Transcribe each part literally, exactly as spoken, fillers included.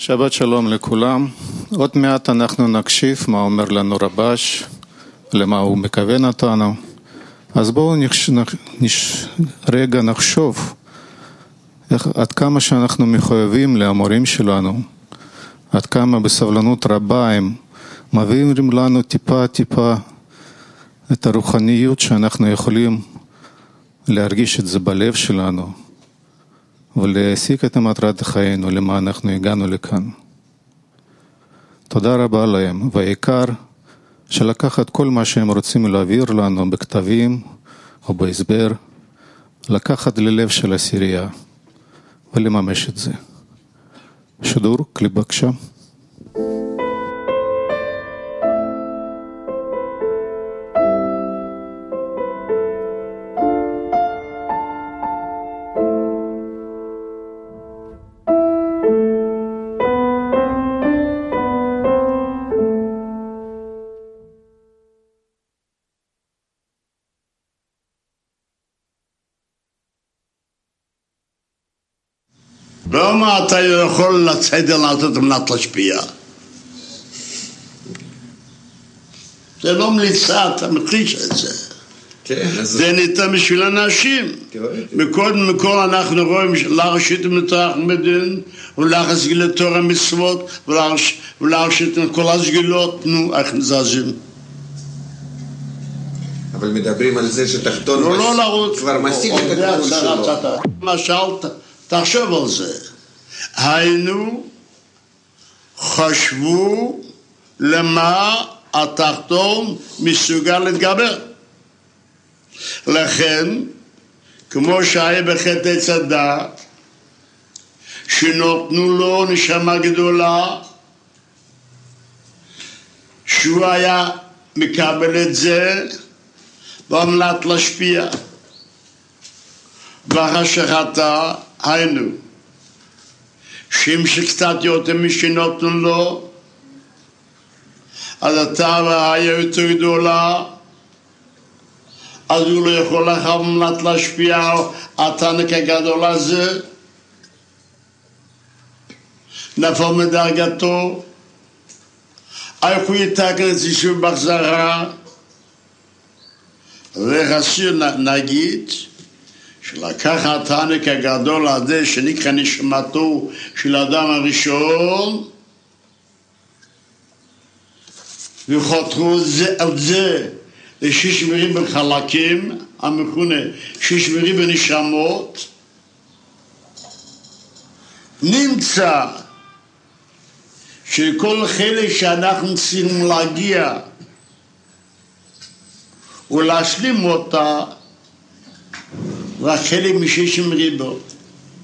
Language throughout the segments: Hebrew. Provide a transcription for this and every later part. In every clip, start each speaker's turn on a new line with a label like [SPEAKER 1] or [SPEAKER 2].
[SPEAKER 1] שבת שלום לכולם. עוד מעט אנחנו נקשיב מה אומר לנו רבש, למה הוא מכוון אותנו. אז בואו נש... נש... רגע נחשוב איך, עד כמה שאנחנו מחויבים למורים שלנו, עד כמה בסבלנות רבה הם מביאים לנו טיפה טיפה את הרוחניות שאנחנו יכולים להרגיש את זה בלב שלנו ולהשיג את מטרת חיינו, למה אנחנו הגענו לכאן. תודה רבה להם, והעיקר שלקחת כל מה שהם רוצים להעביר לנו בכתבים או בהסבר, לקחת ללב של הסירייה ולממש את זה. שידור, קליפ בבקשה.
[SPEAKER 2] למה אתה יכול לצאת לעשות מנת להשפיע? זה לא מליצה, אתה מכחיש את זה. זה ניתן בשביל אנשים. מקודם מכל אנחנו רואים להרשית מתח מדין ולהחזיק לתור המצוות ולהרשית את כל הסגילות. נו, איך נזזים?
[SPEAKER 3] אבל מדברים על זה שתחתון
[SPEAKER 2] לא, לא לרוץ.
[SPEAKER 3] כבר משיג את הגבול שלו.
[SPEAKER 2] למשל, תחשוב על זה. היינו חשבו למה התחתון מסוגל להתגבר. לכן, כמו שהיה בחטא צדק, שנותנו לו נשמה גדולה, שהוא היה מקבל את זה במנת להשפיע. והשחתה היינו שימש קצת יותר משנותנו לו, אז התאווה היה יותר גדולה, אז הוא לא יכול לך מנת להשפיע התענק הגדול הזה, נפל מדרגתו, איך הוא יתקן את זה שוב בחזרה, וחסיר נגיד שלקח התענק הגדול הזה שנקרא נשמתו של האדם הראשון וחותרו על זה לשיש מרים בחלקים המכונה שיש מרים בנשמות, נמצא שכל חלק שאנחנו צריכים להגיע ולהשלים אותה רק חלק משיש מריבות.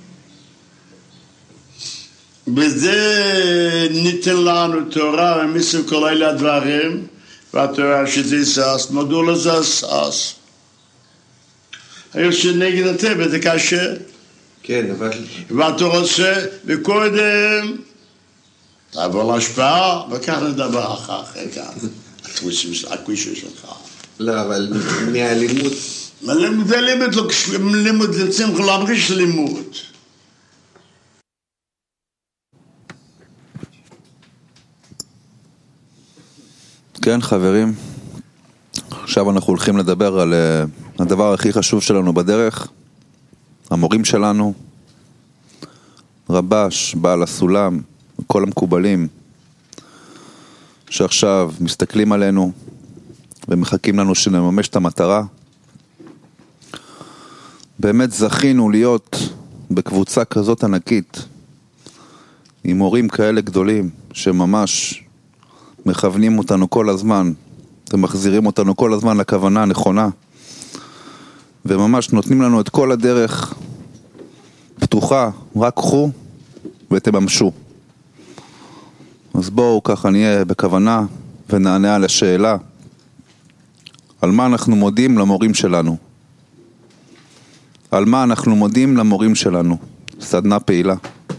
[SPEAKER 2] בזה ניתן לנו תורה ומסב כל אלה הדברים, והתורה שזה סס, מדוע לזה סס? היו שנגד הטבע זה קשה.
[SPEAKER 3] כן, אבל...
[SPEAKER 2] ואתה רוצה, וקודם תעבור להשפעה, וכך נדבר אחר כך. הכבישה שלך.
[SPEAKER 3] לא, אבל מהלימוד...
[SPEAKER 2] לימוד זה לימוד, לימוד לצמח להמריש לימוד.
[SPEAKER 4] כן חברים, עכשיו אנחנו הולכים לדבר על uh, הדבר הכי חשוב שלנו בדרך, המורים שלנו, רבש, בעל הסולם, כל המקובלים שעכשיו מסתכלים עלינו ומחכים לנו שנממש את המטרה. באמת זכינו להיות בקבוצה כזאת ענקית עם מורים כאלה גדולים שממש מכוונים אותנו כל הזמן ומחזירים אותנו כל הזמן לכוונה הנכונה וממש נותנים לנו את כל הדרך פתוחה, רק קחו ותממשו. אז בואו ככה נהיה בכוונה ונענה על השאלה על מה אנחנו מודים למורים שלנו. על מה אנחנו מודים למורים שלנו. סדנה פעילה.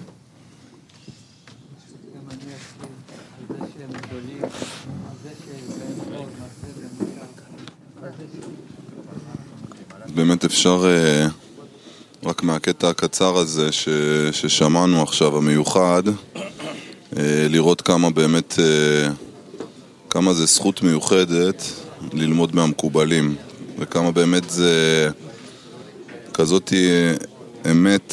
[SPEAKER 5] באמת אפשר רק מהקטע הקצר הזה ש, ששמענו עכשיו המיוחד לראות כמה באמת, כמה זה זכות מיוחדת ללמוד מהמקובלים, וכמה באמת זה כזאת אמת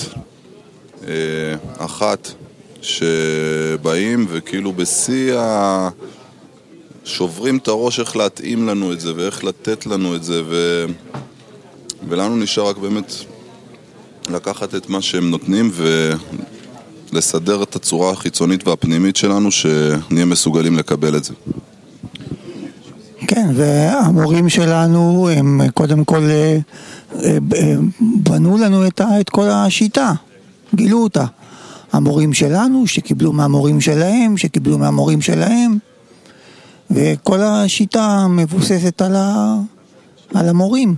[SPEAKER 5] אחת שבאים וכאילו בשיא ה... שוברים את הראש איך להתאים לנו את זה ואיך לתת לנו את זה ו... ולנו נשאר רק באמת לקחת את מה שהם נותנים ולסדר את הצורה החיצונית והפנימית שלנו שנהיה מסוגלים לקבל את זה.
[SPEAKER 6] כן, והמורים שלנו הם קודם כל בנו לנו את, את כל השיטה, גילו אותה. המורים שלנו שקיבלו מהמורים שלהם, שקיבלו מהמורים שלהם, וכל השיטה מבוססת על, ה, על המורים.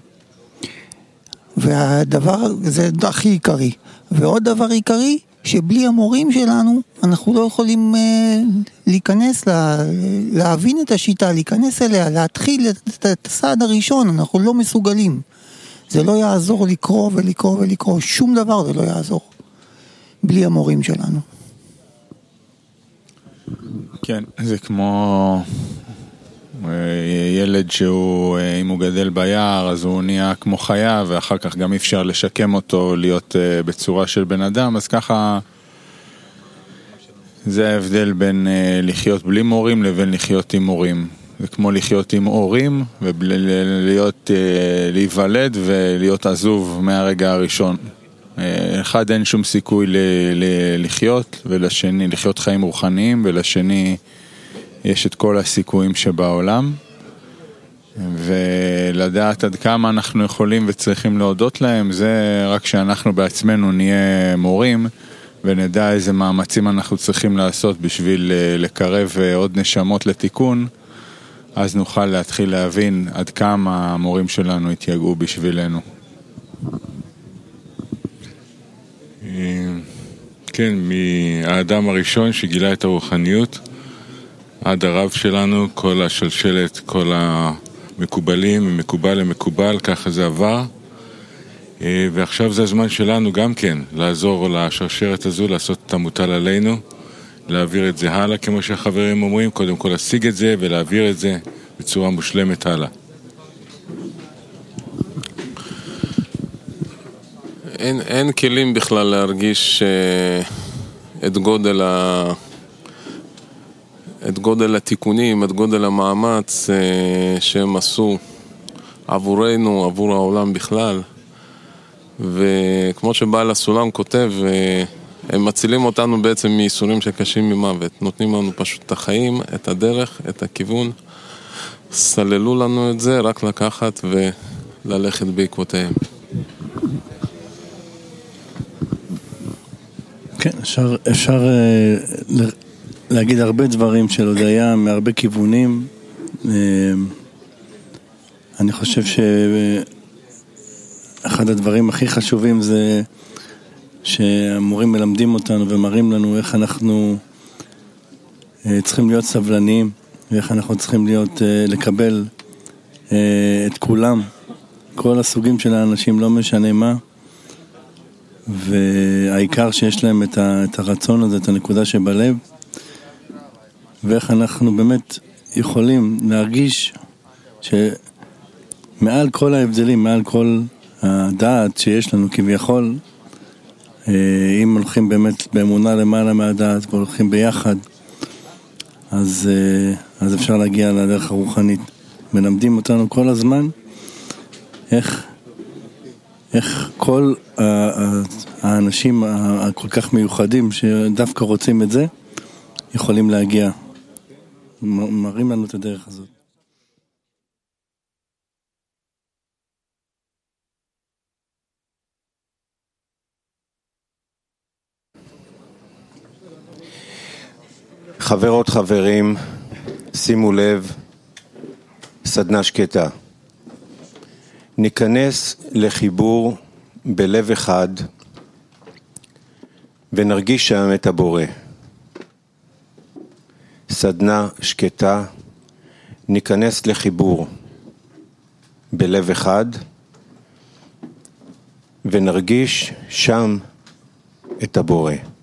[SPEAKER 6] והדבר, זה הכי עיקרי. ועוד דבר עיקרי, שבלי המורים שלנו, אנחנו לא יכולים אה, להיכנס, לה, להבין את השיטה, להיכנס אליה, להתחיל את, את הצעד הראשון, אנחנו לא מסוגלים. זה לא יעזור לקרוא ולקרוא ולקרוא, שום דבר זה לא יעזור. בלי המורים שלנו.
[SPEAKER 7] כן, זה כמו ילד שהוא, אם הוא גדל ביער, אז הוא נהיה כמו חיה, ואחר כך גם אפשר לשקם אותו, להיות בצורה של בן אדם, אז ככה זה ההבדל בין לחיות בלי מורים לבין לחיות עם מורים. זה כמו לחיות עם הורים, ולהיות, להיוולד ולהיות עזוב מהרגע הראשון. אחד אין שום סיכוי ל- ל- לחיות, ולשני לחיות חיים רוחניים, ולשני יש את כל הסיכויים שבעולם, ולדעת עד כמה אנחנו יכולים וצריכים להודות להם, זה רק שאנחנו בעצמנו נהיה מורים, ונדע איזה מאמצים אנחנו צריכים לעשות בשביל לקרב עוד נשמות לתיקון, אז נוכל להתחיל להבין עד כמה המורים שלנו התייגעו בשבילנו.
[SPEAKER 8] כן, מהאדם הראשון שגילה את הרוחניות עד הרב שלנו, כל השלשלת, כל המקובלים, מקובל למקובל, ככה זה עבר. ועכשיו זה הזמן שלנו גם כן לעזור לשרשרת הזו, לעשות את המוטל עלינו, להעביר את זה הלאה, כמו שהחברים אומרים, קודם כל להשיג את זה ולהעביר את זה בצורה מושלמת הלאה.
[SPEAKER 9] אין, אין כלים בכלל להרגיש אה, את גודל ה... את גודל התיקונים, את גודל המאמץ אה, שהם עשו עבורנו, עבור העולם בכלל. וכמו שבעל הסולם כותב, אה, הם מצילים אותנו בעצם מייסורים שקשים ממוות. נותנים לנו פשוט את החיים, את הדרך, את הכיוון. סללו לנו את זה, רק לקחת וללכת בעקבותיהם.
[SPEAKER 10] כן, אפשר, אפשר uh, להגיד הרבה דברים של הודיה מהרבה כיוונים. Uh, אני חושב שאחד הדברים הכי חשובים זה שהמורים מלמדים אותנו ומראים לנו איך אנחנו uh, צריכים להיות סבלניים, ואיך אנחנו צריכים להיות, uh, לקבל uh, את כולם, כל הסוגים של האנשים, לא משנה מה. והעיקר שיש להם את, ה, את הרצון הזה, את הנקודה שבלב, ואיך אנחנו באמת יכולים להרגיש שמעל כל ההבדלים, מעל כל הדעת שיש לנו כביכול, אם הולכים באמת באמונה למעלה מהדעת והולכים ביחד, אז, אז אפשר להגיע לדרך הרוחנית. מלמדים אותנו כל הזמן איך איך כל האנשים הכל כך מיוחדים שדווקא רוצים את זה, יכולים להגיע. מראים לנו את הדרך הזאת.
[SPEAKER 11] חברות חברים, שימו לב, סדנה שקטה. ניכנס לחיבור בלב אחד ונרגיש שם את הבורא. סדנה שקטה, ניכנס לחיבור בלב אחד ונרגיש שם את הבורא.